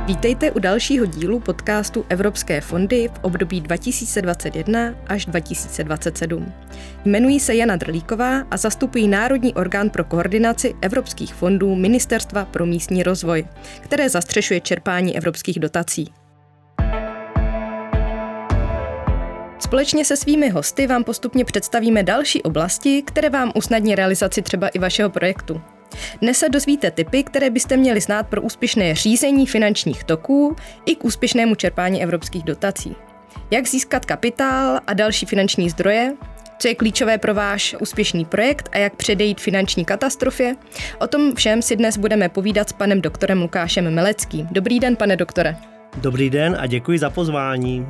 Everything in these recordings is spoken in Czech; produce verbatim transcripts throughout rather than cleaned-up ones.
Vítejte u dalšího dílu podcastu Evropské fondy v období dva tisíce dvacet jedna až dva tisíce dvacet sedm. Jmenuji se Jana Drlíková a zastupuji Národní orgán pro koordinaci evropských fondů Ministerstva pro místní rozvoj, které zastřešuje čerpání evropských dotací. Společně se svými hosty vám postupně představíme další oblasti, které vám usnadní realizaci třeba i vašeho projektu. Dnes se dozvíte tipy, které byste měli znát pro úspěšné řízení finančních toků i k úspěšnému čerpání evropských dotací. Jak získat kapitál a další finanční zdroje, co je klíčové pro váš úspěšný projekt a jak předejít finanční katastrofě. O tom všem si dnes budeme povídat s panem doktorem Lukášem Meleckým. Dobrý den, pane doktore. Dobrý den a děkuji za pozvání.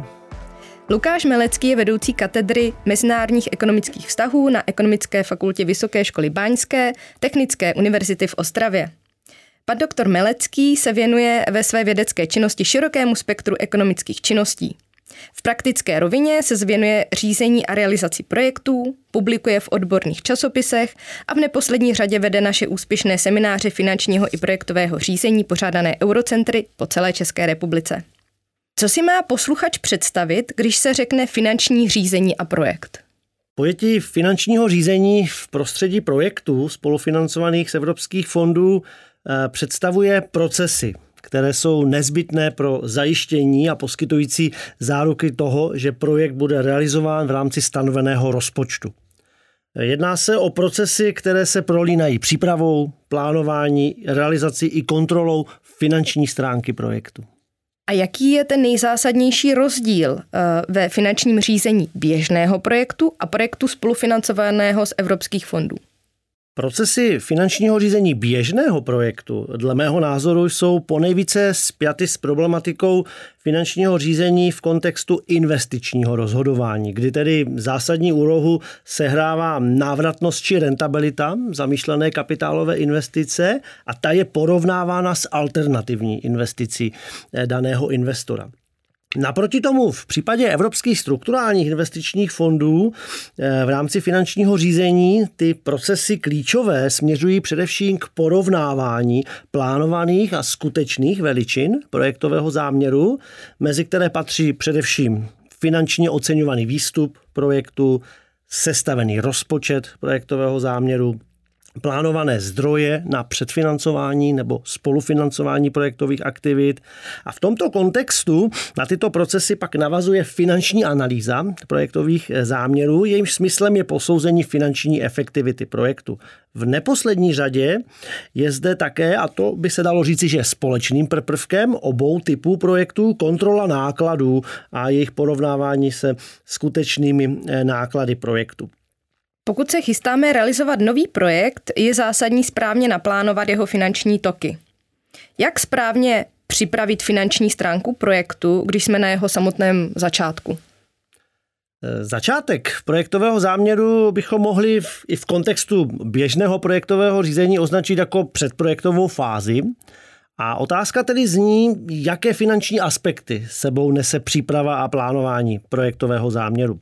Lukáš Melecký je vedoucí katedry mezinárodních ekonomických vztahů na Ekonomické fakultě Vysoké školy báňské Technické univerzity v Ostravě. Pan doktor Melecký se věnuje ve své vědecké činnosti širokému spektru ekonomických činností. V praktické rovině se věnuje řízení a realizaci projektů, publikuje v odborných časopisech a v neposlední řadě vede naše úspěšné semináře finančního i projektového řízení pořádané Eurocentry po celé České republice. Co si má posluchač představit, když se řekne finanční řízení a projekt? Pojetí finančního řízení v prostředí projektů spolufinancovaných z evropských fondů představuje procesy, které jsou nezbytné pro zajištění a poskytující záruky toho, že projekt bude realizován v rámci stanoveného rozpočtu. Jedná se o procesy, které se prolínají přípravou, plánování, realizací i kontrolou finanční stránky projektu. A jaký je ten nejzásadnější rozdíl ve finančním řízení běžného projektu a projektu spolufinancovaného z evropských fondů? Procesy finančního řízení běžného projektu dle mého názoru jsou ponejvíce spjaty s problematikou finančního řízení v kontextu investičního rozhodování, kdy tedy zásadní úlohu sehrává návratnost či rentabilita zamýšlené kapitálové investice a ta je porovnávána s alternativní investicí daného investora. Naproti tomu v případě evropských strukturálních investičních fondů v rámci finančního řízení ty procesy klíčové směřují především k porovnávání plánovaných a skutečných veličin projektového záměru, mezi které patří především finančně oceňovaný výstup projektu, sestavený rozpočet projektového záměru, plánované zdroje na předfinancování nebo spolufinancování projektových aktivit. A v tomto kontextu na tyto procesy pak navazuje finanční analýza projektových záměrů, jejímž smyslem je posouzení finanční efektivity projektu. V neposlední řadě je zde také, a to by se dalo říci, že je společným prvkem obou typů projektů, kontrola nákladů a jejich porovnávání se skutečnými náklady projektu. Pokud se chystáme realizovat nový projekt, je zásadní správně naplánovat jeho finanční toky. Jak správně připravit finanční stránku projektu, když jsme na jeho samotném začátku? Začátek projektového záměru bychom mohli v, i v kontextu běžného projektového řízení označit jako předprojektovou fázi. A otázka tedy zní, jaké finanční aspekty sebou nese příprava a plánování projektového záměru.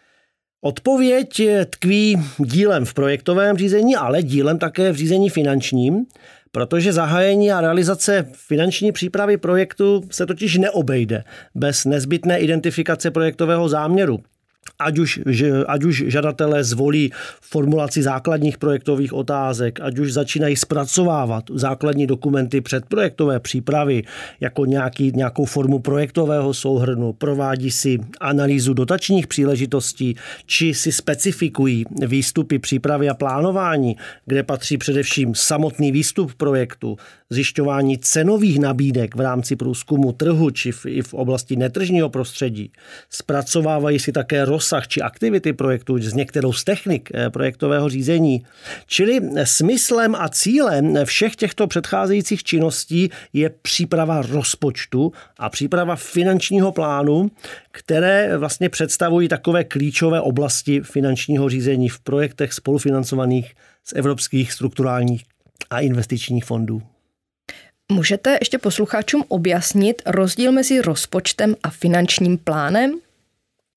Odpověď tkví dílem v projektovém řízení, ale dílem také v řízení finančním, protože zahájení a realizace finanční přípravy projektu se totiž neobejde bez nezbytné identifikace projektového záměru. Ať už, ať už žadatelé zvolí formulaci základních projektových otázek, ať už začínají zpracovávat základní dokumenty předprojektové přípravy jako nějaký, nějakou formu projektového souhrnu, provádí si analýzu dotačních příležitostí, či si specifikují výstupy přípravy a plánování, kde patří především samotný výstup projektu, zjišťování cenových nabídek v rámci průzkumu trhu či v, i v oblasti netržního prostředí. Zpracovávají si také rozsah či aktivity projektu s některou z technik projektového řízení. Čili smyslem a cílem všech těchto předcházejících činností je příprava rozpočtu a příprava finančního plánu, které vlastně představují takové klíčové oblasti finančního řízení v projektech spolufinancovaných z evropských strukturálních a investičních fondů. Můžete ještě posluchačům objasnit rozdíl mezi rozpočtem a finančním plánem?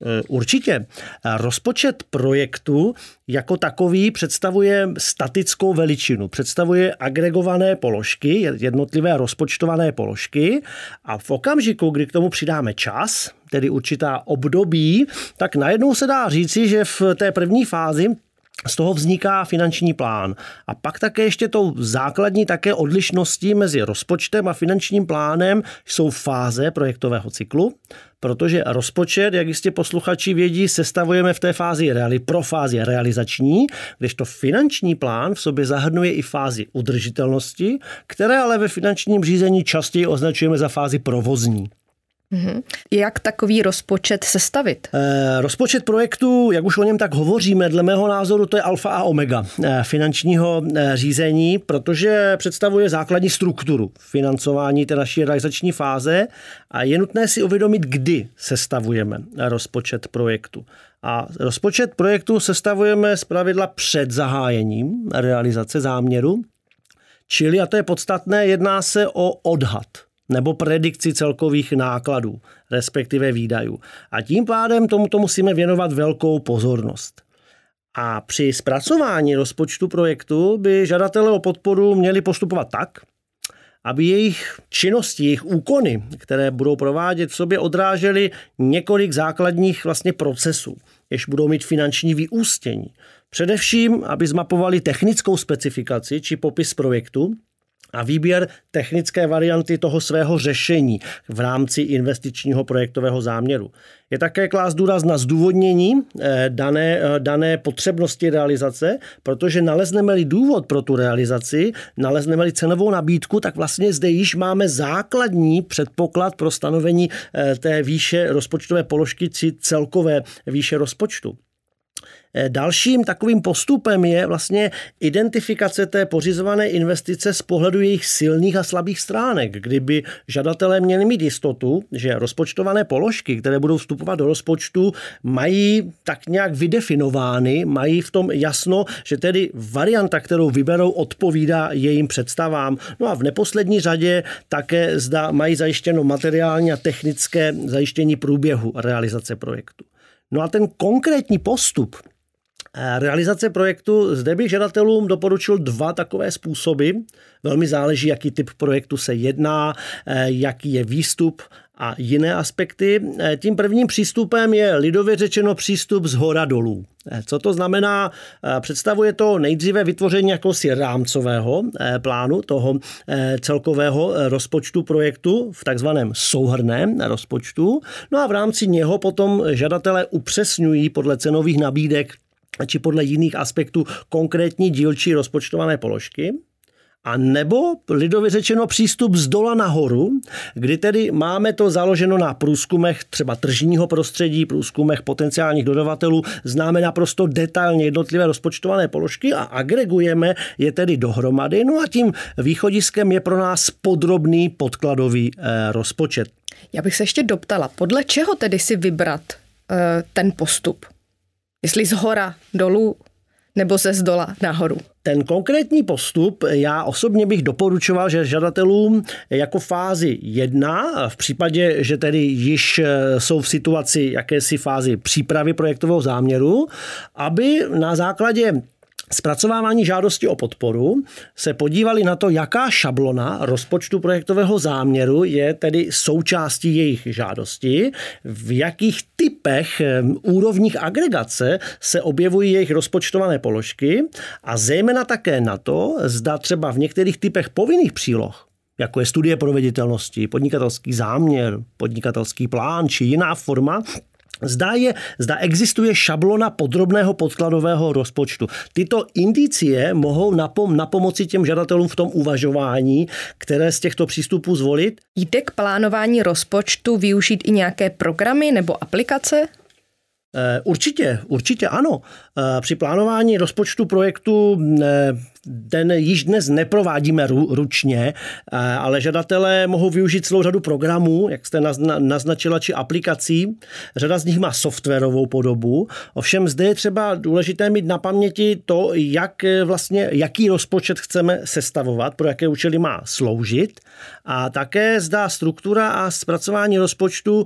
Určitě. Rozpočet projektu jako takový představuje statickou veličinu, představuje agregované položky, jednotlivé rozpočtované položky a v okamžiku, kdy k tomu přidáme čas, tedy určitá období, tak najednou se dá říci, že v té první fázi z toho vzniká finanční plán. A pak také ještě tou základní také odlišností mezi rozpočtem a finančním plánem jsou fáze projektového cyklu, protože rozpočet, jak jistě posluchači vědí, sestavujeme v té fázi reali, pro fázi realizační, kdežto finanční plán v sobě zahrnuje i fázi udržitelnosti, které ale ve finančním řízení častěji označujeme za fázi provozní. Mm-hmm. Jak takový rozpočet sestavit? E, rozpočet projektu, jak už o něm tak hovoříme, dle mého názoru to je alfa a omega e, finančního e, řízení, protože představuje základní strukturu financování té naší realizační fáze a je nutné si uvědomit, kdy sestavujeme rozpočet projektu. A rozpočet projektu sestavujeme zpravidla před zahájením realizace záměru, čili, a to je podstatné, jedná se o odhad nebo predikci celkových nákladů, respektive výdajů. A tím pádem tomuto musíme věnovat velkou pozornost. A při zpracování rozpočtu projektu by žadatelé o podporu měli postupovat tak, aby jejich činnosti, jejich úkony, které budou provádět, v sobě odrážely několik základních vlastně procesů, jež budou mít finanční vyústění. Především, aby zmapovali technickou specifikaci či popis projektu, a výběr technické varianty toho svého řešení v rámci investičního projektového záměru. Je také klást důraz na zdůvodnění dané, dané potřebnosti realizace, protože nalezneme-li důvod pro tu realizaci, nalezneme-li cenovou nabídku, tak vlastně zde již máme základní předpoklad pro stanovení té výše rozpočtové položky či celkové výše rozpočtu. Dalším takovým postupem je vlastně identifikace té pořizované investice z pohledu jejich silných a slabých stránek, kdyby žadatelé měli mít jistotu, že rozpočtované položky, které budou vstupovat do rozpočtu, mají tak nějak vydefinovány, mají v tom jasno, že tedy varianta, kterou vyberou, odpovídá jejím představám. No a v neposlední řadě také zda mají zajištěno materiální a technické zajištění průběhu realizace projektu. No a ten konkrétní postup realizace projektu, zde bych žadatelům doporučil dva takové způsoby. Velmi záleží, jaký typ projektu se jedná, jaký je výstup a jiné aspekty. Tím prvním přístupem je lidově řečeno přístup z hora dolů. Co to znamená? Představuje to nejdříve vytvoření jakousi rámcového plánu toho celkového rozpočtu projektu v takzvaném souhrnném rozpočtu. No a v rámci něho potom žadatelé upřesňují podle cenových nabídek či podle jiných aspektů konkrétní dílčí rozpočtované položky. A nebo lidově řečeno přístup z dola nahoru, kdy tedy máme to založeno na průzkumech třeba tržního prostředí, průzkumech potenciálních dodavatelů, známe naprosto detailně jednotlivé rozpočtované položky a agregujeme je tedy dohromady. No a tím východiskem je pro nás podrobný podkladový eh, rozpočet. Já bych se ještě doptala, podle čeho tedy si vybrat eh, ten postup? Jestli z hora dolů nebo ze zdola nahoru? Ten konkrétní postup já osobně bych doporučoval, že žadatelům jako fázi jedna, v případě, že tedy již jsou v situaci jakési fázi přípravy projektového záměru, aby na základě zpracovávání žádosti o podporu se podívali na to, jaká šablona rozpočtu projektového záměru je tedy součástí jejich žádosti, v jakých typech úrovních agregace se objevují jejich rozpočtované položky a zejména také na to, zda třeba v některých typech povinných příloh, jako je studie proveditelnosti, podnikatelský záměr, podnikatelský plán či jiná forma, Zda, je, zda existuje šablona podrobného podkladového rozpočtu. Tyto indicie mohou napom- napomoci těm žadatelům v tom uvažování, které z těchto přístupů zvolit. Jde k plánování rozpočtu využít i nějaké programy nebo aplikace? Určitě, určitě ano. Při plánování rozpočtu projektu ten již dnes neprovádíme ručně, ale žadatelé mohou využít celou řadu programů, jak jste naznačila, či aplikací. Řada z nich má softwarovou podobu. Ovšem zde je třeba důležité mít na paměti to, jak vlastně, jaký rozpočet chceme sestavovat, pro jaké účely má sloužit. A také zda struktura a zpracování rozpočtu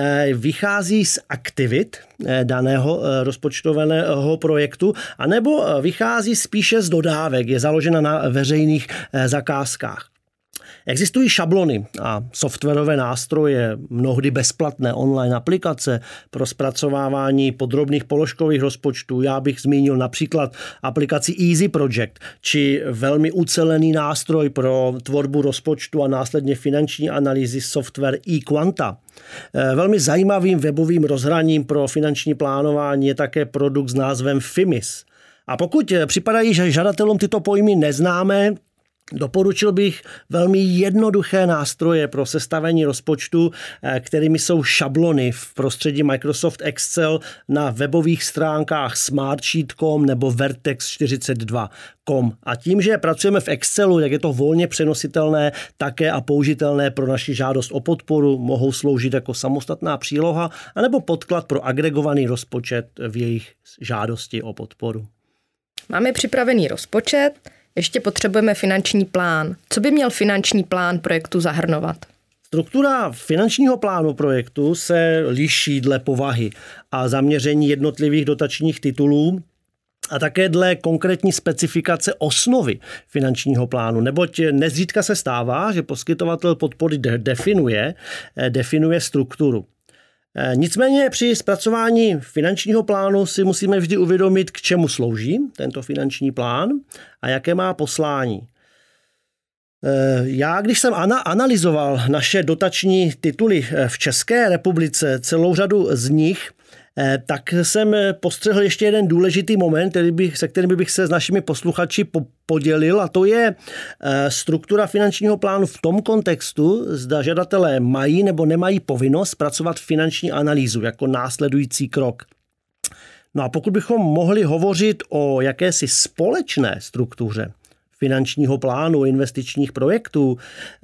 vychází z aktivit daného rozpočtovaného projektu, anebo vychází spíše z dodávek, je založena na veřejných zakázkách. Existují šablony a softwarové nástroje, mnohdy bezplatné online aplikace pro zpracovávání podrobných položkových rozpočtů. Já bych zmínil například aplikaci Easy Project, či velmi ucelený nástroj pro tvorbu rozpočtu a následně finanční analýzy software eQuanta. Velmi zajímavým webovým rozhraním pro finanční plánování je také produkt s názvem Fimis. A pokud připadají že žadatelům tyto pojmy neznámé, doporučil bych velmi jednoduché nástroje pro sestavení rozpočtu, kterými jsou šablony v prostředí Microsoft Excel na webových stránkách smartsheet tečka com nebo vertex čtyřicet dva tečka com. A tím, že pracujeme v Excelu, jak je to volně přenositelné také a použitelné pro naši žádost o podporu, mohou sloužit jako samostatná příloha anebo podklad pro agregovaný rozpočet v jejich žádosti o podporu. Máme připravený rozpočet, ještě potřebujeme finanční plán. Co by měl finanční plán projektu zahrnovat? Struktura finančního plánu projektu se liší dle povahy a zaměření jednotlivých dotačních titulů a také dle konkrétní specifikace osnovy finančního plánu, neboť nezřídka se stává, že poskytovatel podpory definuje, definuje strukturu. Nicméně při zpracování finančního plánu si musíme vždy uvědomit, k čemu slouží tento finanční plán a jaké má poslání. Já, když jsem analyzoval naše dotační tituly v České republice, celou řadu z nich, tak jsem postřehl ještě jeden důležitý moment, který bych, se kterým bych se s našimi posluchači podělil, a to je struktura finančního plánu v tom kontextu, zda žadatelé mají nebo nemají povinnost zpracovat finanční analýzu jako následující krok. No a pokud bychom mohli hovořit o jakési společné struktuře finančního plánu investičních projektů,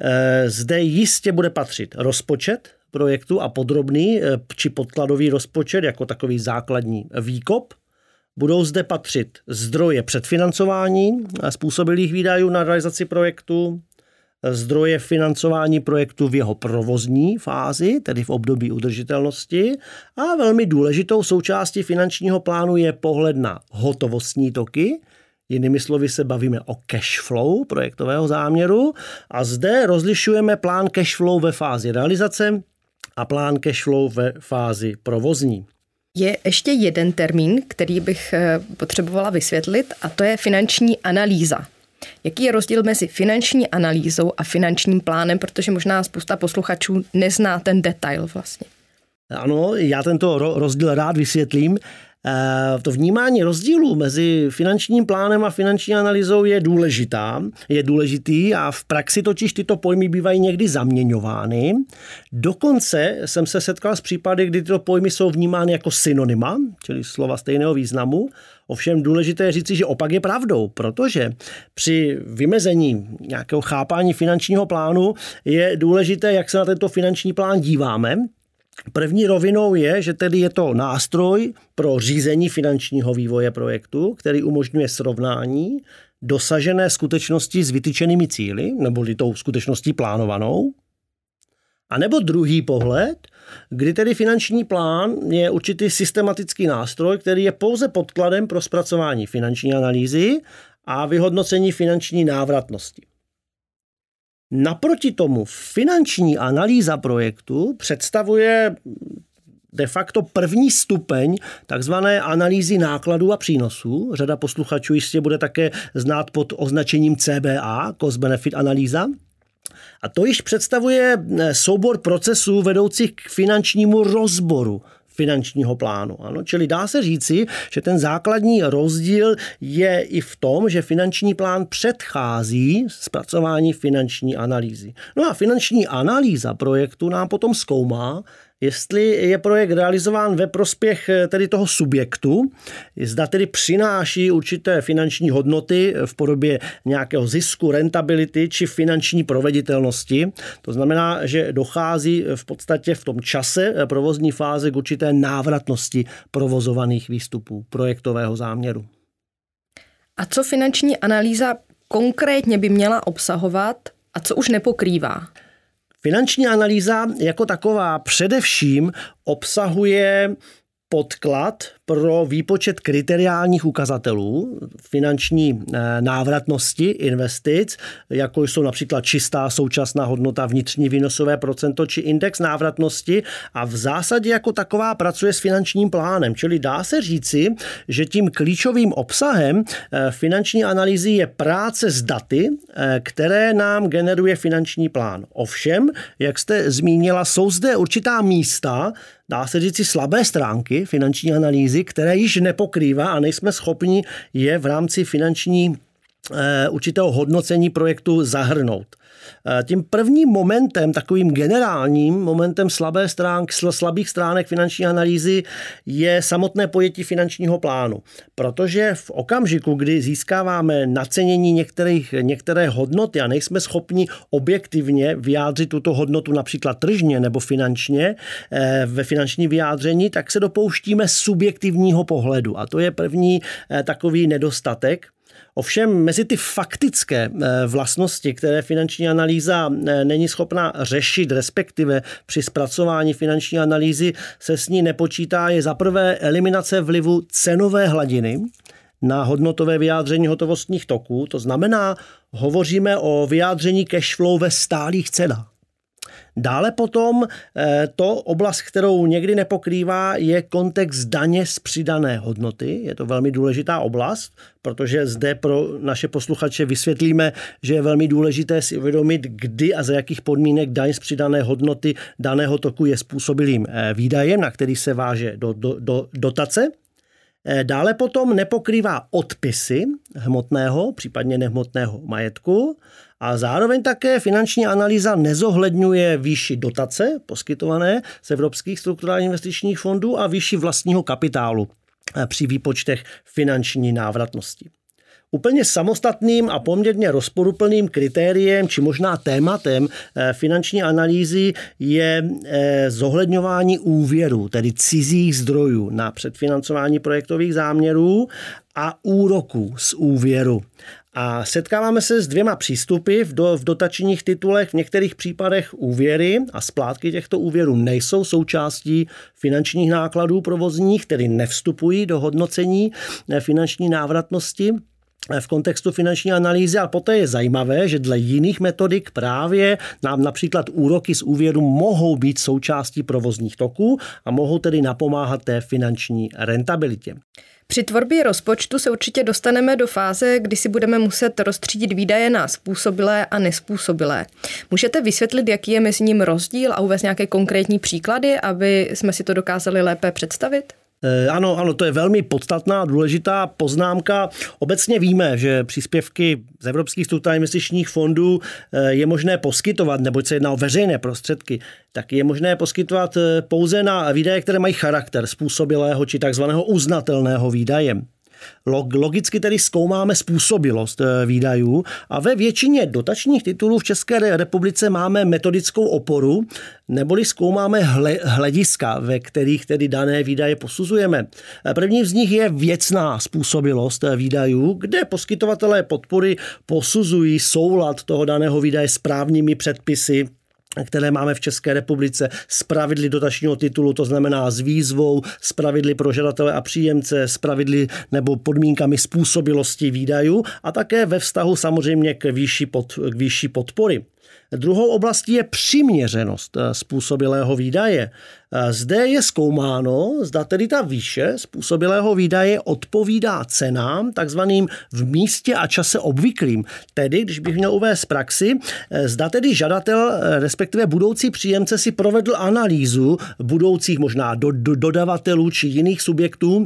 zde jistě bude patřit rozpočet projektu a podrobný či podkladový rozpočet jako takový základní výkop. Budou zde patřit zdroje předfinancování způsobilých výdajů na realizaci projektu, zdroje financování projektu v jeho provozní fázi, tedy v období udržitelnosti, a velmi důležitou součástí finančního plánu je pohled na hotovostní toky. Jinými slovy se bavíme o cash flow projektového záměru a zde rozlišujeme plán cash flow ve fázi realizace a plán cash flow ve fázi provozní. Je ještě jeden termín, který bych potřebovala vysvětlit, a to je finanční analýza. Jaký je rozdíl mezi finanční analýzou a finančním plánem, protože možná spousta posluchačů nezná ten detail vlastně. Ano, já tento rozdíl rád vysvětlím. To vnímání rozdílu mezi finančním plánem a finanční analýzou je důležitá, je důležitý a v praxi totiž tyto pojmy bývají někdy zaměňovány. Dokonce jsem se setkal s případy, kdy tyto pojmy jsou vnímány jako synonyma, čili slova stejného významu. Ovšem důležité je říci, že opak je pravdou, protože při vymezení nějakého chápání finančního plánu je důležité, jak se na tento finanční plán díváme. První rovinou je, že tedy je to nástroj pro řízení finančního vývoje projektu, který umožňuje srovnání dosažené skutečnosti s vytyčenými cíli, neboli tou skutečností plánovanou. A nebo druhý pohled, kdy tedy finanční plán je určitý systematický nástroj, který je pouze podkladem pro zpracování finanční analýzy a vyhodnocení finanční návratnosti. Naproti tomu finanční analýza projektu představuje de facto první stupeň takzvané analýzy nákladů a přínosů. Řada posluchačů jistě bude také znát pod označením C B A, Cost Benefit analýza. A to již představuje soubor procesů vedoucích k finančnímu rozboru finančního plánu. Ano, čili dá se říci, že ten základní rozdíl je i v tom, že finanční plán předchází zpracování finanční analýzy. No a finanční analýza projektu nám potom zkoumá, jestli je projekt realizován ve prospěch tedy toho subjektu, zda tedy přináší určité finanční hodnoty v podobě nějakého zisku, rentability či finanční proveditelnosti. To znamená, že dochází v podstatě v tom čase provozní fáze k určité návratnosti provozovaných výstupů projektového záměru. A co finanční analýza konkrétně by měla obsahovat a co už nepokrývá? Finanční analýza jako taková především obsahuje podklad pro výpočet kriteriálních ukazatelů finanční návratnosti investic, jako jsou například čistá současná hodnota, vnitřní výnosové procento či index návratnosti, a v zásadě jako taková pracuje s finančním plánem. Čili dá se říci, že tím klíčovým obsahem finanční analýzy je práce s daty, které nám generuje finanční plán. Ovšem, jak jste zmínila, jsou zde určitá místa, dá se říci slabé stránky finanční analýzy, které již nepokrývá a nejsme schopni je v rámci finanční e, určitého hodnocení projektu zahrnout. E, tím prvním momentem, takovým generálním momentem slabé stránk, slabých stránek finanční analýzy je samotné pojetí finančního plánu. Protože v okamžiku, kdy získáváme nacenění některých, některé hodnoty a nejsme schopni objektivně vyjádřit tuto hodnotu například tržně nebo finančně e, ve finanční vyjádření, tak se dopouštíme subjektivního pohledu. A to je první e, takový nedostatek. Ovšem mezi ty faktické vlastnosti, které finanční analýza není schopna řešit, respektive při zpracování finanční analýzy se s ní nepočítá, je zaprvé eliminace vlivu cenové hladiny na hodnotové vyjádření hotovostních toků. To znamená, hovoříme o vyjádření cash flow ve stálých cenách. Dále potom to oblast, kterou někdy nepokrývá, je kontext daně z přidané hodnoty. Je to velmi důležitá oblast, protože zde pro naše posluchače vysvětlíme, že je velmi důležité si uvědomit, kdy a za jakých podmínek daň z přidané hodnoty daného toku je způsobilým výdajem, na který se váže do, do, do dotace. Dále potom nepokrývá odpisy hmotného, případně nehmotného majetku, a zároveň také finanční analýza nezohledňuje výši dotace poskytované z evropských strukturálních investičních fondů a výši vlastního kapitálu při výpočtech finanční návratnosti. Úplně samostatným a poměrně rozporuplným kritériem či možná tématem finanční analýzy je zohledňování úvěru, tedy cizích zdrojů na předfinancování projektových záměrů a úroků z úvěru. A setkáváme se s dvěma přístupy v, do, v dotačních titulech. V některých případech úvěry a splátky těchto úvěrů nejsou součástí finančních nákladů provozních, tedy nevstupují do hodnocení finanční návratnosti v kontextu finanční analýzy, a poté je zajímavé, že dle jiných metodik právě nám například úroky z úvěru mohou být součástí provozních toků a mohou tedy napomáhat té finanční rentabilitě. Při tvorbě rozpočtu se určitě dostaneme do fáze, kdy si budeme muset rozstřídit výdaje na způsobilé a nespůsobilé. Můžete vysvětlit, jaký je mezi ním rozdíl a uvést nějaké konkrétní příklady, aby jsme si to dokázali lépe představit? Ano, ano, to je velmi podstatná, důležitá poznámka. Obecně víme, že příspěvky z evropských strukturálních investičních fondů je možné poskytovat, neboť se jedná o veřejné prostředky, tak je možné poskytovat pouze na výdaje, které mají charakter způsobilého či takzvaného uznatelného výdaje. Logicky tedy zkoumáme způsobilost výdajů a ve většině dotačních titulů v České republice máme metodickou oporu, neboli zkoumáme hlediska, ve kterých tedy dané výdaje posuzujeme. První z nich je věcná způsobilost výdajů, kde poskytovatelé podpory posuzují soulad toho daného výdaje s právními předpisy, které máme v České republice, s pravidly dotačního titulu, to znamená s výzvou, s pravidly pro žadatele a příjemce, s pravidly nebo podmínkami způsobilosti výdajů a také ve vztahu samozřejmě k výši, pod, k výši podpory. Druhou oblastí je přiměřenost způsobilého výdaje. Zde je zkoumáno, zda tedy ta výše způsobilého výdaje odpovídá cenám takzvaným v místě a čase obvyklým. Tedy, když bych měl uvést praxi, zda tedy žadatel, respektive budoucí příjemce si provedl analýzu budoucích možná do, do, dodavatelů či jiných subjektů,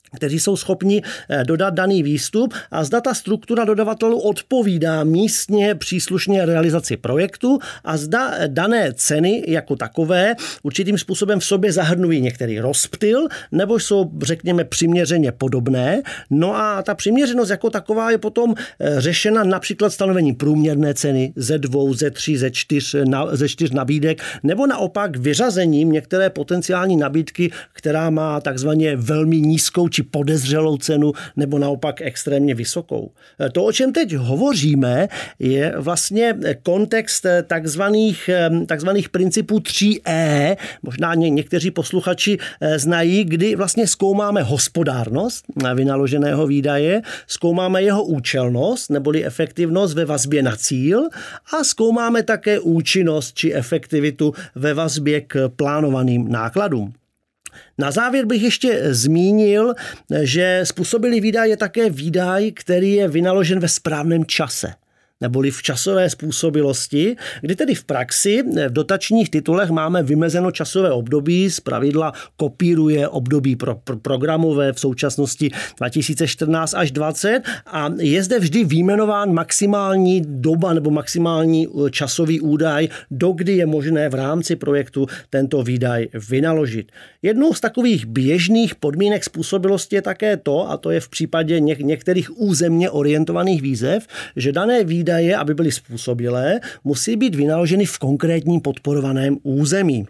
kteří jsou schopni dodat daný výstup a zda ta struktura dodavatelů odpovídá místně příslušně realizaci projektu a zda dané ceny jako takové určitým způsobem v sobě zahrnují některý rozptyl nebo jsou, řekněme, přiměřeně podobné. No a ta přiměřenost jako taková je potom řešena například stanovením průměrné ceny ze dvou, ze tří, ze čtyř, ze čtyř nabídek nebo naopak vyřazením některé potenciální nabídky, která má takzvaně velmi nízkou či podezřelou cenu nebo naopak extrémně vysokou. To, o čem teď hovoříme, je vlastně kontext takzvaných, takzvaných principů tří E. Možná ně, někteří posluchači znají, kdy vlastně zkoumáme hospodárnost vynaloženého výdaje, zkoumáme jeho účelnost neboli efektivnost ve vazbě na cíl a zkoumáme také účinnost či efektivitu ve vazbě k plánovaným nákladům. Na závěr bych ještě zmínil, že způsobilý výdaj je také výdaj, který je vynaložen ve správném čase, neboli v časové způsobilosti, kdy tedy v praxi v dotačních titulech máme vymezeno časové období, zpravidla kopíruje období pro, pro programové v současnosti dva tisíce čtrnáct až dvacet a je zde vždy vyjmenován maximální doba nebo maximální časový údaj, dokdy je možné v rámci projektu tento výdaj vynaložit. Jednou z takových běžných podmínek způsobilosti je také to, a to je v případě něk- některých územně orientovaných výzev, že dané výdaje výdaje, aby byly způsobilé, musí být vynaloženy v konkrétním podporovaném území.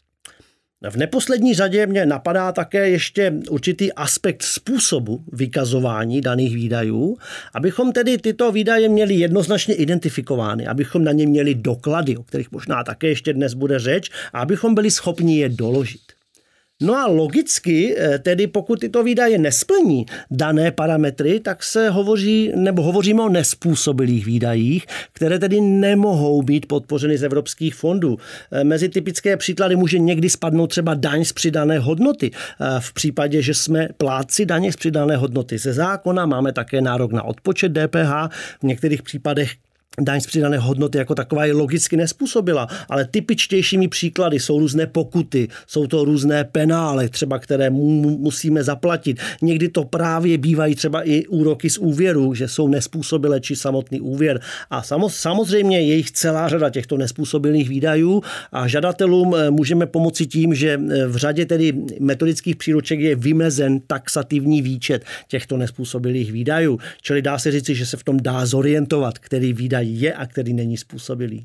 V neposlední řadě mě napadá také ještě určitý aspekt způsobu vykazování daných výdajů, abychom tedy tyto výdaje měli jednoznačně identifikovány, abychom na ně měli doklady, o kterých možná také ještě dnes bude řeč, a abychom byli schopni je doložit. No a logicky, tedy pokud tyto výdaje nesplní dané parametry, tak se hovoří, nebo hovoříme o nespůsobilých výdajích, které tedy nemohou být podpořeny z evropských fondů. Mezi typické příklady může někdy spadnout třeba daň z přidané hodnoty. V případě, že jsme plátci daně z přidané hodnoty ze zákona, máme také nárok na odpočet D P H, v některých případech daň z přidané hodnoty jako taková je logicky nespůsobila, ale typičtějšími příklady jsou různé pokuty, jsou to různé penále, třeba které mu, musíme zaplatit. Někdy to právě bývají třeba i úroky z úvěru, že jsou nespůsobilé či samotný úvěr. A samozřejmě je jich celá řada těchto nespůsobilých výdajů a žadatelům můžeme pomoci tím, že v řadě tedy metodických příruček je vymezen taxativní výčet těchto nespůsobilých výdajů. Čili dá se říci, že se v tom dá zorientovat, který výdaj je a který není způsobilý.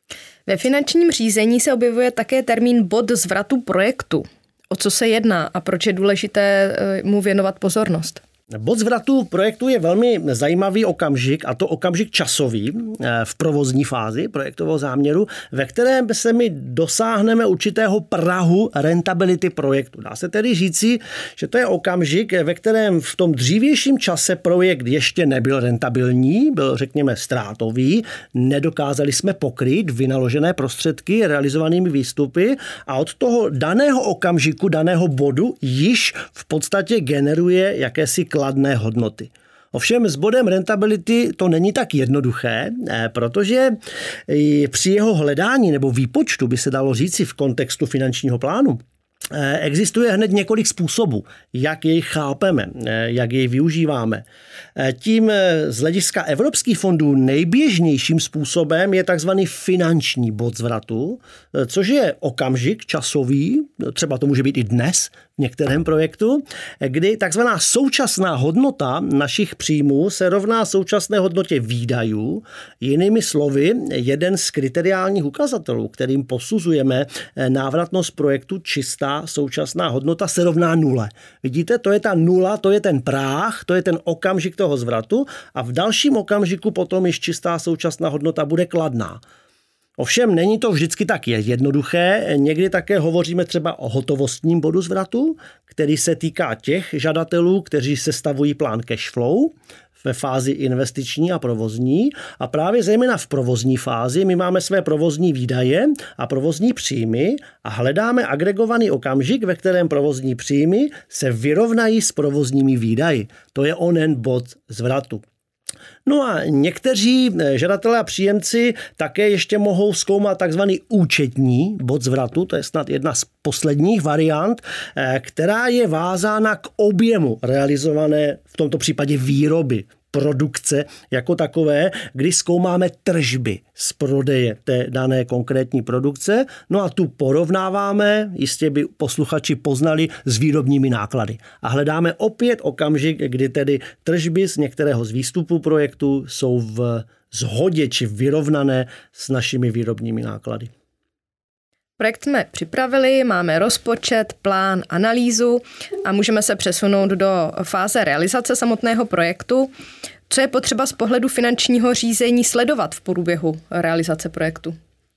Ve finančním řízení se objevuje také termín bod zvratu projektu. O co se jedná a proč je důležité mu věnovat pozornost? Bod zvratu projektu je velmi zajímavý okamžik, a to okamžik časový v provozní fázi projektového záměru, ve kterém se my dosáhneme určitého prahu rentability projektu. Dá se tedy říci, že to je okamžik, ve kterém v tom dřívějším čase projekt ještě nebyl rentabilní, byl řekněme ztrátový, nedokázali jsme pokrýt vynaložené prostředky realizovanými výstupy a od toho daného okamžiku, daného bodu již v podstatě generuje jakési kladné hodnoty. Ovšem s bodem rentability to není tak jednoduché, protože při jeho hledání nebo výpočtu by se dalo říci v kontextu finančního plánu, existuje hned několik způsobů, jak jej chápeme, jak jej využíváme. Tím z hlediska evropských fondů nejběžnějším způsobem je takzvaný finanční bod zvratu, což je okamžik časový, třeba to může být i dnes v některém projektu, kdy takzvaná současná hodnota našich příjmů se rovná současné hodnotě výdajů. Jinými slovy, jeden z kriteriálních ukazatelů, kterým posuzujeme návratnost projektu, čistá současná hodnota, se rovná nule. Vidíte, to je ta nula, to je ten práh, to je ten okamžik toho zvratu a v dalším okamžiku potom již čistá současná hodnota bude kladná. Ovšem není to vždycky tak jednoduché. Někdy také hovoříme třeba o hotovostním bodu zvratu, který se týká těch žadatelů, kteří sestavují plán cash flow ve fázi investiční a provozní. A právě zejména v provozní fázi my máme své provozní výdaje a provozní příjmy a hledáme agregovaný okamžik, ve kterém provozní příjmy se vyrovnají s provozními výdaji. To je onen bod zvratu. No a někteří žadatelé a příjemci také ještě mohou zkoumat takzvaný účetní bod zvratu, to je snad jedna z posledních variant, která je vázána k objemu realizované v tomto případě výroby, produkce jako takové, kdy zkoumáme tržby z prodeje té dané konkrétní produkce, no a tu porovnáváme, jistě by posluchači poznali, s výrobními náklady. A hledáme opět okamžik, kdy tedy tržby z některého z výstupů projektu jsou v shodě či vyrovnané s našimi výrobními náklady. Projekt jsme připravili, máme rozpočet, plán, analýzu a můžeme se přesunout do fáze realizace samotného projektu. Co je potřeba z pohledu finančního řízení sledovat v průběhu realizace projektu?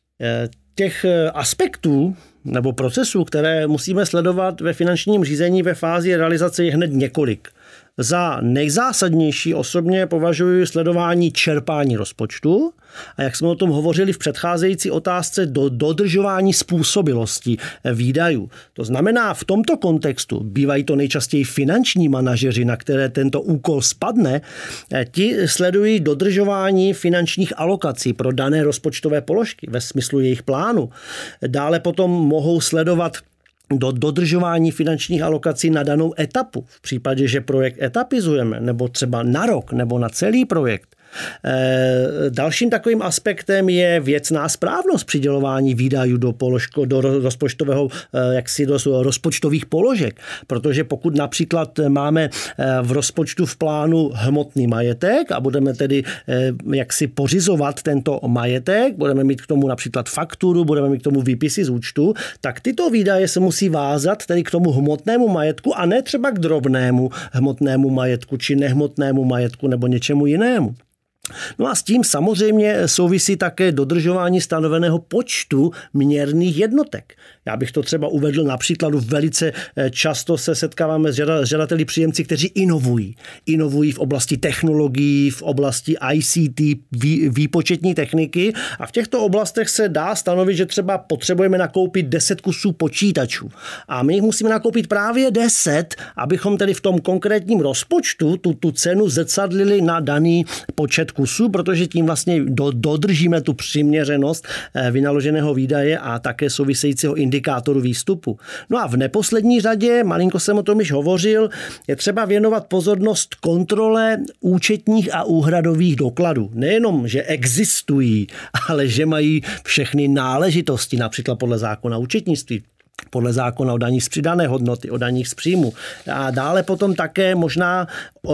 Těch aspektů nebo procesů, které musíme sledovat ve finančním řízení ve fázi realizace, je hned několik. Za nejzásadnější osobně považuji sledování čerpání rozpočtu a jak jsme o tom hovořili v předcházející otázce, do dodržování způsobilosti výdajů. To znamená, v tomto kontextu bývají to nejčastěji finanční manažeři, na které tento úkol spadne, ti sledují dodržování finančních alokací pro dané rozpočtové položky ve smyslu jejich plánu. Dále potom mohou sledovat do dodržování finančních alokací na danou etapu. V případě, že projekt etapizujeme, nebo třeba na rok, nebo na celý projekt. Dalším takovým aspektem je věcná správnost přidělování výdajů do, položko, do rozpočtového, jaksi do rozpočtových položek. Protože pokud například máme v rozpočtu v plánu hmotný majetek a budeme tedy jaksi pořizovat tento majetek, budeme mít k tomu například fakturu, budeme mít k tomu výpisy z účtu, tak tyto výdaje se musí vázat tedy k tomu hmotnému majetku a ne třeba k drobnému hmotnému majetku či nehmotnému majetku nebo něčemu jinému. No a s tím samozřejmě souvisí také dodržování stanoveného počtu měrných jednotek. Já bych to třeba uvedl na příkladu, velice často se setkáváme s žadateli příjemci, kteří inovují. Inovují v oblasti technologií, v oblasti I C T, výpočetní techniky a v těchto oblastech se dá stanovit, že třeba potřebujeme nakoupit deset kusů počítačů. A my jich musíme nakoupit právě deset, abychom tedy v tom konkrétním rozpočtu tu, tu cenu zrcadlili na daný počet kusů, protože tím vlastně do, dodržíme tu přiměřenost vynaloženého výdaje a také souvisejícího indikátoru výstupu. No a v neposlední řadě, malinko jsem o tom již hovořil, je třeba věnovat pozornost kontrole účetních a úhradových dokladů. Nejenom, že existují, ale že mají všechny náležitosti, například podle zákona o účetnictví, podle zákona o daních z přidané hodnoty, o daních z příjmu. A dále potom také možná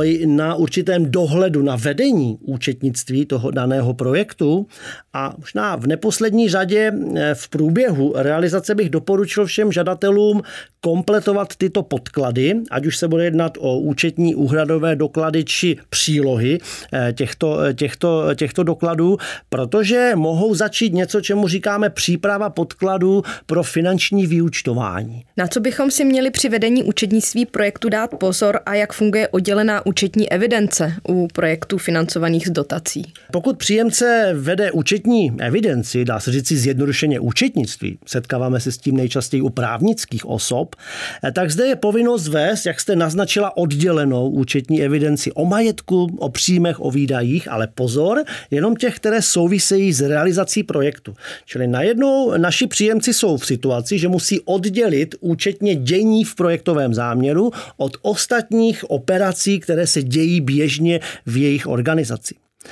na určitém dohledu na vedení účetnictví toho daného projektu. A možná v neposlední řadě v průběhu realizace bych doporučil všem žadatelům kompletovat tyto podklady, ať už se bude jednat o účetní úhradové doklady či přílohy těchto, těchto, těchto dokladů, protože mohou začít něco, čemu říkáme příprava podkladů pro finanční vyúčtování. Na co bychom si měli při vedení účetnictví projektu dát pozor a jak funguje oddělená účetní evidence u projektů financovaných z dotací? Pokud příjemce vede účetní evidenci, dá se říct zjednodušeně účetnictví, setkáváme se s tím nejčastěji u právnických osob, tak zde je povinnost vést, jak jste naznačila, oddělenou účetní evidenci o majetku, o příjmech, o výdajích, ale pozor, jenom těch, které souvisejí s realizací projektu. Čili najednou naši příjemci jsou v situaci, že musí oddělit účetně dění v projektovém záměru od ostatních operací, které se dějí běžně v jejich organizaci.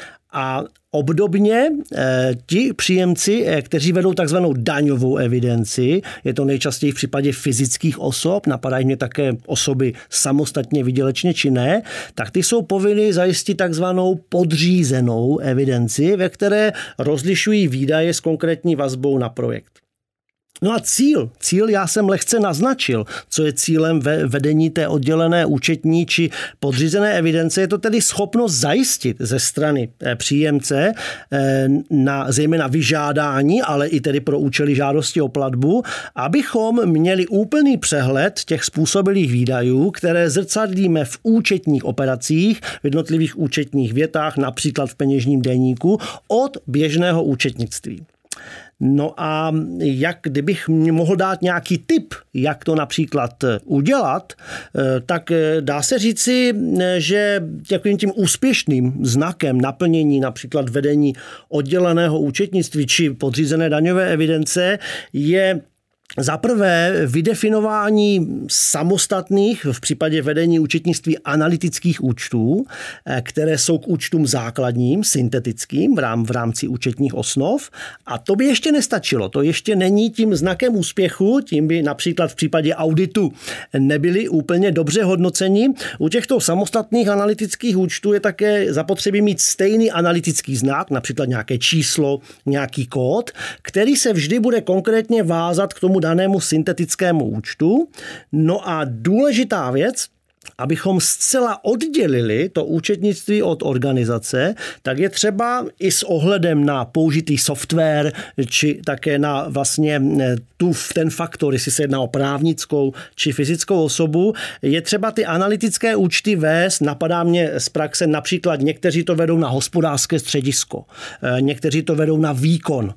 A obdobně eh, ti příjemci, eh, kteří vedou takzvanou daňovou evidenci, je to nejčastěji v případě fyzických osob, napadají mě také osoby samostatně výdělečně činné, tak ty jsou povinny zajistit takzvanou podřízenou evidenci, ve které rozlišují výdaje s konkrétní vazbou na projekt. No a cíl, cíl já jsem lehce naznačil, co je cílem ve vedení té oddělené účetní či podřízené evidence, je to tedy schopnost zajistit ze strany příjemce na zejména vyžádání, ale i tedy pro účely žádosti o platbu, abychom měli úplný přehled těch způsobilých výdajů, které zrcadlíme v účetních operacích, v jednotlivých účetních větách, například v peněžním deníku, od běžného účetnictví. No a jak kdybych mohl dát nějaký tip, jak to například udělat, tak dá se říci, že takovým tím úspěšným znakem naplnění například vedení odděleného účetnictví či podřízené daňové evidence je za prvé vydefinování samostatných v případě vedení účetnictví analytických účtů, které jsou k účtům základním, syntetickým v, rám, v rámci účetních osnov. A to by ještě nestačilo. To ještě není tím znakem úspěchu, tím by například v případě auditu nebyli úplně dobře hodnoceni. U těchto samostatných analytických účtů je také zapotřebí mít stejný analytický znak, například nějaké číslo, nějaký kód, který se vždy bude konkrétně vázat k tomu danému syntetickému účtu. No a důležitá věc, abychom zcela oddělili to účetnictví od organizace, tak je třeba i s ohledem na použitý software, či také na vlastně tu, ten faktor, jestli se jedná o právnickou či fyzickou osobu, je třeba ty analytické účty vést. Napadá mě z praxe například někteří to vedou na hospodářské středisko, někteří to vedou na výkon.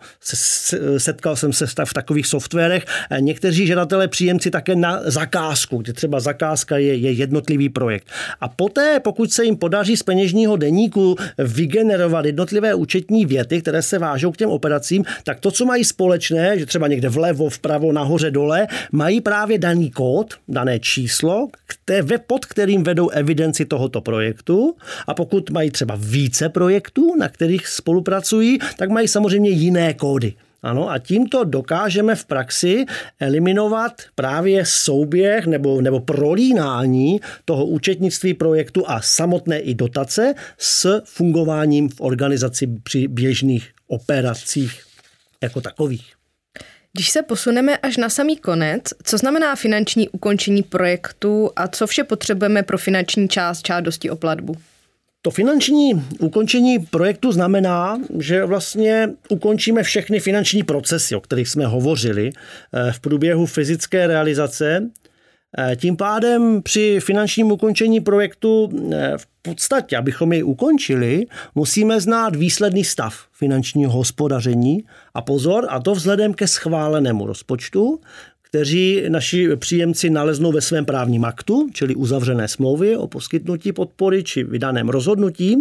Setkal jsem se v takových softwarech. Někteří žadatelé příjemci také na zakázku, kde třeba zakázka je, je jednotlivý projekt. A poté, pokud se jim podaří z peněžního deníku vygenerovat jednotlivé účetní věty, které se vážou k těm operacím, tak to, co mají společné, že třeba někde vlevo, vpravo, nahoře, dole, mají právě daný kód, dané číslo, které, pod kterým vedou evidenci tohoto projektu. A pokud mají třeba více projektů, na kterých spolupracují, tak mají samozřejmě jiné kódy. Ano, a tímto dokážeme v praxi eliminovat právě souběh nebo, nebo prolínání toho účetnictví projektu a samotné i dotace s fungováním v organizaci při běžných operacích jako takových. Když se posuneme až na samý konec, co znamená finanční ukončení projektu a co vše potřebujeme pro finanční část žádosti o platbu? To finanční ukončení projektu znamená, že vlastně ukončíme všechny finanční procesy, o kterých jsme hovořili v průběhu fyzické realizace. Tím pádem při finančním ukončení projektu v podstatě, abychom jej ukončili, musíme znát výsledný stav finančního hospodaření a pozor, a to vzhledem ke schválenému rozpočtu, kteří naši příjemci naleznou ve svém právním aktu, čili uzavřené smlouvy o poskytnutí podpory či vydaném rozhodnutí.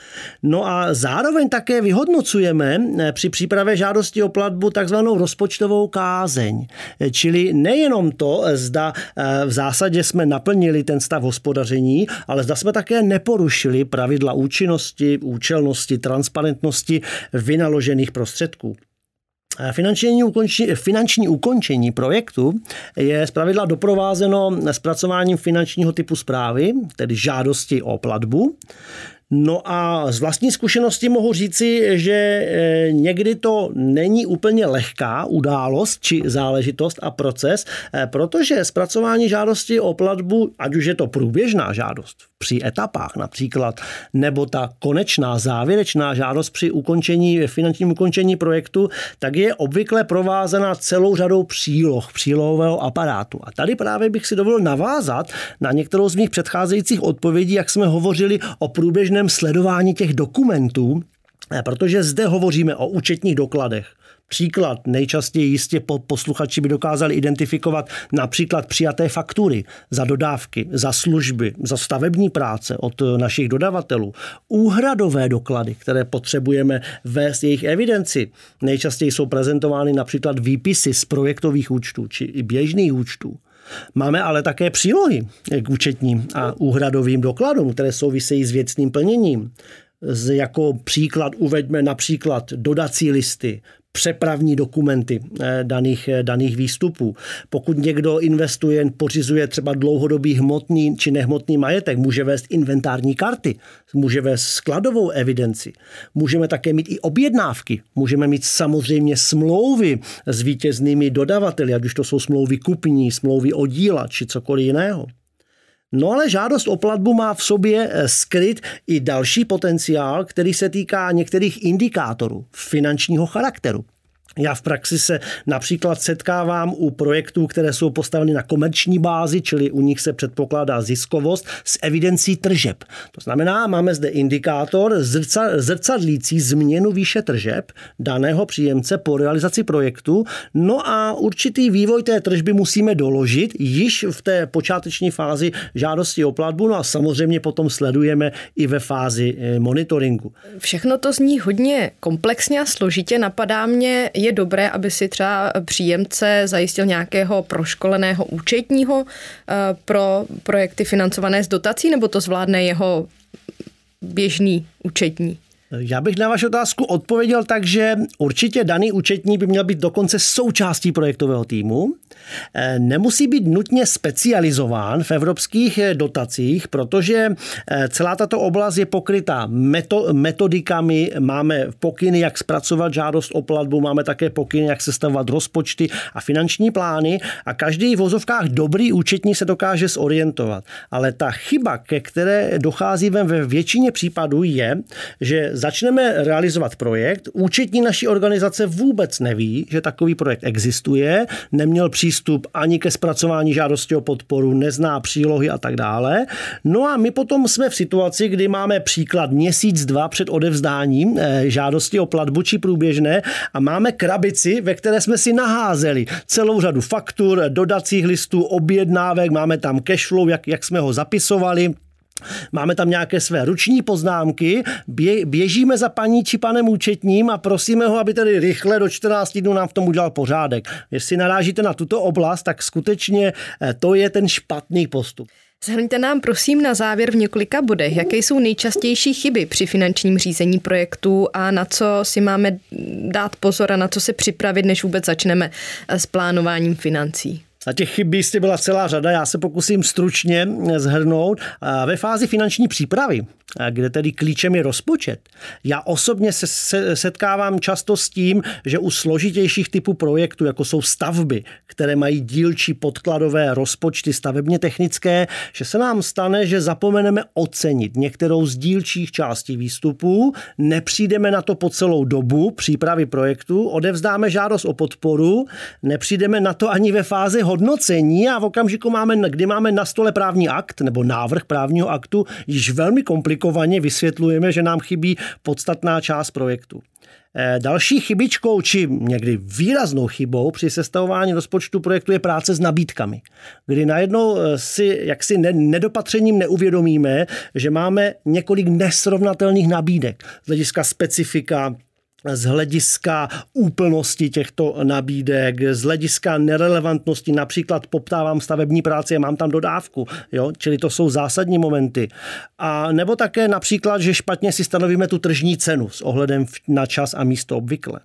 No a zároveň také vyhodnocujeme při přípravě žádosti o platbu takzvanou rozpočtovou kázeň. Čili nejenom to, zda v zásadě jsme naplnili ten stav hospodaření, ale zda jsme také neporušili pravidla účinnosti, účelnosti, transparentnosti vynaložených prostředků. Finanční ukončení, finanční ukončení projektu je zpravidla doprovázeno zpracováním finančního typu zprávy, tedy žádosti o platbu. No a z vlastní zkušenosti mohu říci, že někdy to není úplně lehká událost či záležitost a proces, protože zpracování žádosti o platbu, ať už je to průběžná žádost při etapách například, nebo ta konečná závěrečná žádost při ukončení, finančním ukončení projektu, tak je obvykle provázena celou řadou příloh, přílohového aparátu. A tady právě bych si dovolil navázat na některou z mých předcházejících odpovědí, jak jsme hovořili o průběžném sledování těch dokumentů, protože zde hovoříme o účetních dokladech. Příklad, nejčastěji jistě posluchači by dokázali identifikovat například přijaté faktury za dodávky, za služby, za stavební práce od našich dodavatelů, úhradové doklady, které potřebujeme vést jejich evidenci. Nejčastěji jsou prezentovány například výpisy z projektových účtů či i běžných účtů. Máme ale také přílohy k účetním a úhradovým dokladům, které souvisejí s věcným plněním. Jako příklad uveďme například dodací listy, přepravní dokumenty daných, daných výstupů. Pokud někdo investuje, pořizuje třeba dlouhodobý hmotný či nehmotný majetek, může vést inventární karty, může vést skladovou evidenci. Můžeme také mít i objednávky. Můžeme mít samozřejmě smlouvy s vítěznými dodavateli, ať už to jsou smlouvy kupní, smlouvy o díla či cokoliv jiného. No ale žádost o platbu má v sobě skryt i další potenciál, který se týká některých indikátorů finančního charakteru. Já v praxi se například setkávám u projektů, které jsou postaveny na komerční bázi, čili u nich se předpokládá ziskovost, s evidencí tržeb. To znamená, máme zde indikátor zrcadlící změnu výše tržeb daného příjemce po realizaci projektu. No a určitý vývoj té tržby musíme doložit již v té počáteční fázi žádosti o platbu, no a samozřejmě potom sledujeme i ve fázi monitoringu. Všechno to zní hodně komplexně a složitě. Napadá mě, je dobré, aby si třeba příjemce zajistil nějakého proškoleného účetního pro projekty financované z dotací, nebo to zvládne jeho běžný účetní? Já bych na vaši otázku odpověděl tak, že určitě daný účetní by měl být dokonce součástí projektového týmu. Nemusí být nutně specializován v evropských dotacích, protože celá tato oblast je pokrytá metodikami, máme pokyny, jak zpracovat žádost o platbu, máme také pokyny, jak sestavovat rozpočty a finanční plány a každý v vozovkách dobrý účetní se dokáže zorientovat. Ale ta chyba, ke které docházíme ve většině případů, je, že začneme realizovat projekt, účetní naší organizace vůbec neví, že takový projekt existuje, neměl přístup ani ke zpracování žádosti o podporu, nezná přílohy a tak dále. No a my potom jsme v situaci, kdy máme příklad měsíc, dva před odevzdáním žádosti o platbu či průběžné a máme krabici, ve které jsme si naházeli celou řadu faktur, dodacích listů, objednávek, máme tam cashflow, jak, jak jsme ho zapisovali. Máme tam nějaké své ruční poznámky, bě, běžíme za paní či panem účetním a prosíme ho, aby tedy rychle do čtrnácti dnů nám v tom udělal pořádek. Jestli narážíte na tuto oblast, tak skutečně to je ten špatný postup. Shrňte nám prosím na závěr v několika bodech, jaké jsou nejčastější chyby při finančním řízení projektů a na co si máme dát pozor a na co se připravit, než vůbec začneme s plánováním financí. A těch chyb jistě byla celá řada, já se pokusím stručně shrnout. Ve fázi finanční přípravy, kde tedy klíčem je rozpočet, já osobně se setkávám často s tím, že u složitějších typů projektů, jako jsou stavby, které mají dílčí podkladové rozpočty stavebně technické, že se nám stane, že zapomeneme ocenit některou z dílčích částí výstupů, nepřijdeme na to po celou dobu přípravy projektu, odevzdáme žádost o podporu, nepřijdeme na to ani ve fázi hodnocení a v okamžiku, máme, kdy máme na stole právní akt nebo návrh právního aktu, již velmi komplikovaně vysvětlujeme, že nám chybí podstatná část projektu. Další chybičkou či někdy výraznou chybou při sestavování rozpočtu projektu je práce s nabídkami, kdy najednou si jaksi nedopatřením neuvědomíme, že máme několik nesrovnatelných nabídek z hlediska specifika, z hlediska úplnosti těchto nabídek, z hlediska nerelevantnosti, například poptávám stavební práci a mám tam dodávku, jo? Čili to jsou zásadní momenty. A nebo také například, že špatně si stanovíme tu tržní cenu s ohledem na čas a místo obvykle.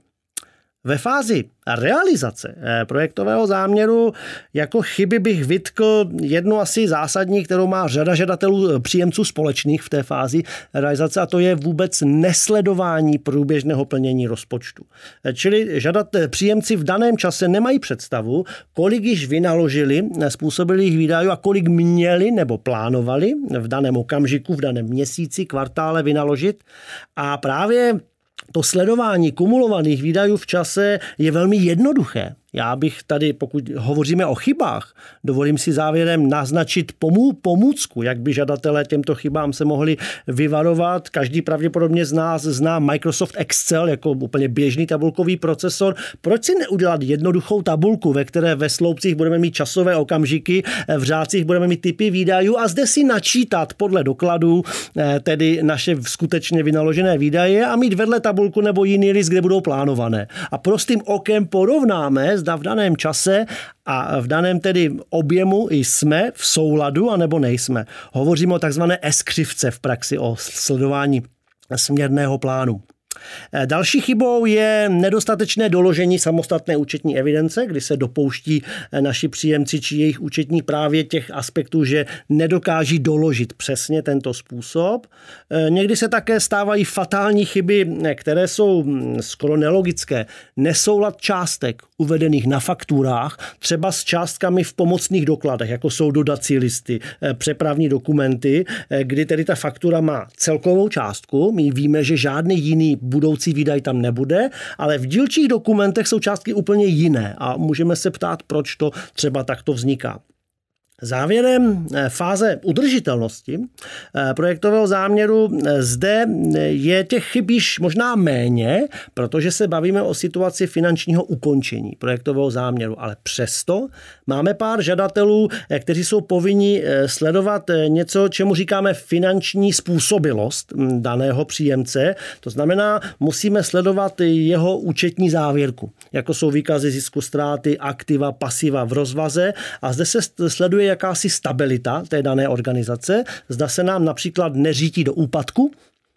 Ve fázi realizace projektového záměru jako chyby bych vytkl jednu asi zásadní, kterou má řada žadatelů příjemců společných v té fázi realizace, a to je vůbec nesledování průběžného plnění rozpočtu. Čili žadatel, příjemci v daném čase nemají představu, kolik již vynaložili způsobilých výdajů a kolik měli nebo plánovali v daném okamžiku, v daném měsíci, kvartále vynaložit. A právě to sledování kumulovaných výdajů v čase je velmi jednoduché. Já bych tady, pokud hovoříme o chybách, dovolím si závěrem naznačit pomů, pomůcku, jak by žadatelé těmto chybám se mohli vyvarovat. Každý pravděpodobně z nás zná Microsoft Excel jako úplně běžný tabulkový procesor. Proč si neudělat jednoduchou tabulku, ve které ve sloupcích budeme mít časové okamžiky, v řádcích budeme mít typy výdajů a zde si načítat podle dokladů tedy naše skutečně vynaložené výdaje a mít vedle tabulku nebo jiný list, kde budou plánované. A prostým okem porovnáme, zda v daném čase a v daném tedy objemu jsme v souladu, anebo nejsme. Hovoříme o takzvané S-křivce v praxi, o sledování směrného plánu. Další chybou je nedostatečné doložení samostatné účetní evidence, kdy se dopouští naši příjemci či jejich účetní právě těch aspektů, že nedokáží doložit přesně tento způsob. Někdy se také stávají fatální chyby, které jsou skoro nelogické. Nesoulad částek uvedených na fakturách, třeba s částkami v pomocných dokladech, jako jsou dodací listy, přepravní dokumenty, kdy tedy ta faktura má celkovou částku. My víme, že žádný jiný budoucí výdaj tam nebude, ale v dílčích dokumentech jsou částky úplně jiné a můžeme se ptát, proč to třeba takto vzniká. Závěrem fáze udržitelnosti projektového záměru zde je těch chyb již možná méně, protože se bavíme o situaci finančního ukončení projektového záměru, ale přesto máme pár žadatelů, kteří jsou povinni sledovat něco, čemu říkáme finanční způsobilost daného příjemce. To znamená, musíme sledovat jeho účetní závěrku, jako jsou výkazy zisku, ztráty, aktiva, pasiva v rozvaze a zde se sleduje jakási stabilita té dané organizace, zda se nám například neřítí do úpadku,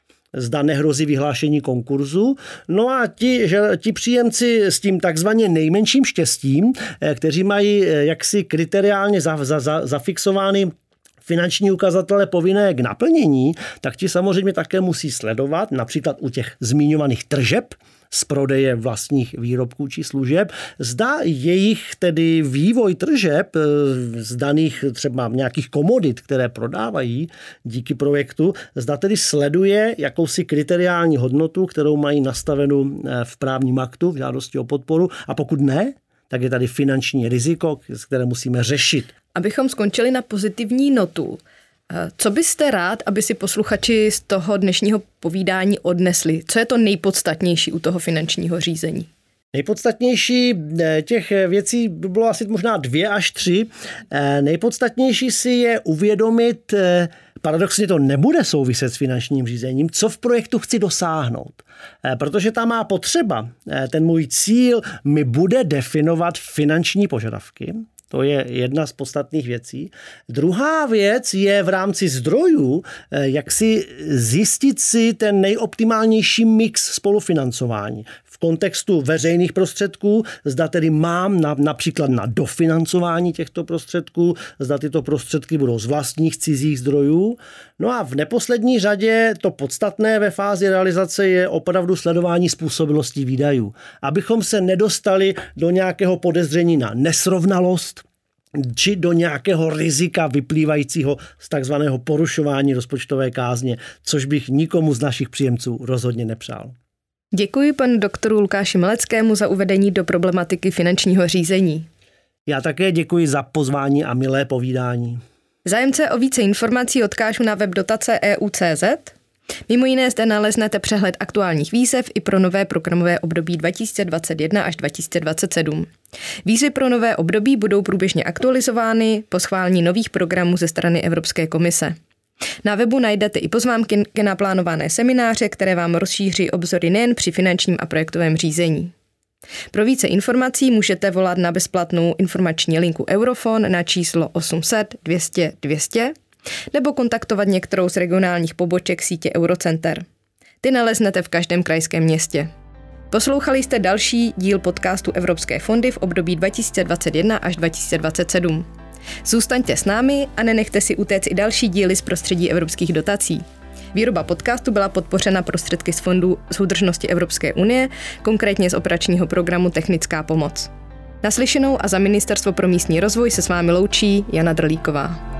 zda nehrozí vyhlášení konkurzu. No a ti, že, ti příjemci s tím takzvaně nejmenším štěstím, kteří mají jaksi kriteriálně za, za, za, zafixovány finanční ukazatele povinné k naplnění, tak ti samozřejmě také musí sledovat, například u těch zmiňovaných tržeb, z prodeje vlastních výrobků či služeb, zda jejich tedy vývoj tržeb z daných třeba nějakých komodit, které prodávají díky projektu, zda tedy sleduje jakousi kriteriální hodnotu, kterou mají nastavenou v právním aktu v žádosti o podporu, a pokud ne, tak je tady finanční riziko, které musíme řešit. Abychom skončili na pozitivní notu, co byste rád, aby si posluchači z toho dnešního povídání odnesli? Co je to nejpodstatnější u toho finančního řízení? Nejpodstatnější těch věcí by bylo asi možná dvě až tři. Nejpodstatnější si je uvědomit, paradoxně to nebude souviset s finančním řízením, co v projektu chci dosáhnout. Protože ta má potřeba, ten můj cíl mi bude definovat finanční požadavky. To je jedna z podstatných věcí. Druhá věc je v rámci zdrojů, jak si zjistit si ten nejoptimálnější mix spolufinancování. V kontextu veřejných prostředků, zda tedy mám na, například na dofinancování těchto prostředků, zda tyto prostředky budou z vlastních cizích zdrojů. No a v neposlední řadě to podstatné ve fázi realizace je opravdu sledování způsobilostí výdajů. Abychom se nedostali do nějakého podezření na nesrovnalost, či do nějakého rizika vyplývajícího z takzvaného porušování rozpočtové kázně, což bych nikomu z našich příjemců rozhodně nepřál. Děkuji panu doktoru Lukáši Meleckému za uvedení do problematiky finančního řízení. Já také děkuji za pozvání a milé povídání. Zájemce o více informací odkážu na web dotace E U tečka cé zet. Mimo jiné zde naleznete přehled aktuálních výzev i pro nové programové období dva tisíce dvacet jedna až dva tisíce dvacet sedm. Výzvy pro nové období budou průběžně aktualizovány po schválení nových programů ze strany Evropské komise. Na webu najdete i pozvánky k naplánované semináře, které vám rozšíří obzory nejen při finančním a projektovém řízení. Pro více informací můžete volat na bezplatnou informační linku Eurofon na číslo osm set dvě stě dvě stě nebo kontaktovat některou z regionálních poboček sítě Eurocenter. Ty naleznete v každém krajském městě. Poslouchali jste další díl podcastu Evropské fondy v období dva tisíce dvacet jedna až dva tisíce dvacet sedm. Zůstaňte s námi a nenechte si utéct i další díly z prostředí evropských dotací. Výroba podcastu byla podpořena prostředky z Fondu soudržnosti Evropské unie, konkrétně z operačního programu Technická pomoc. Naslyšenou a za Ministerstvo pro místní rozvoj se s vámi loučí Jana Drlíková.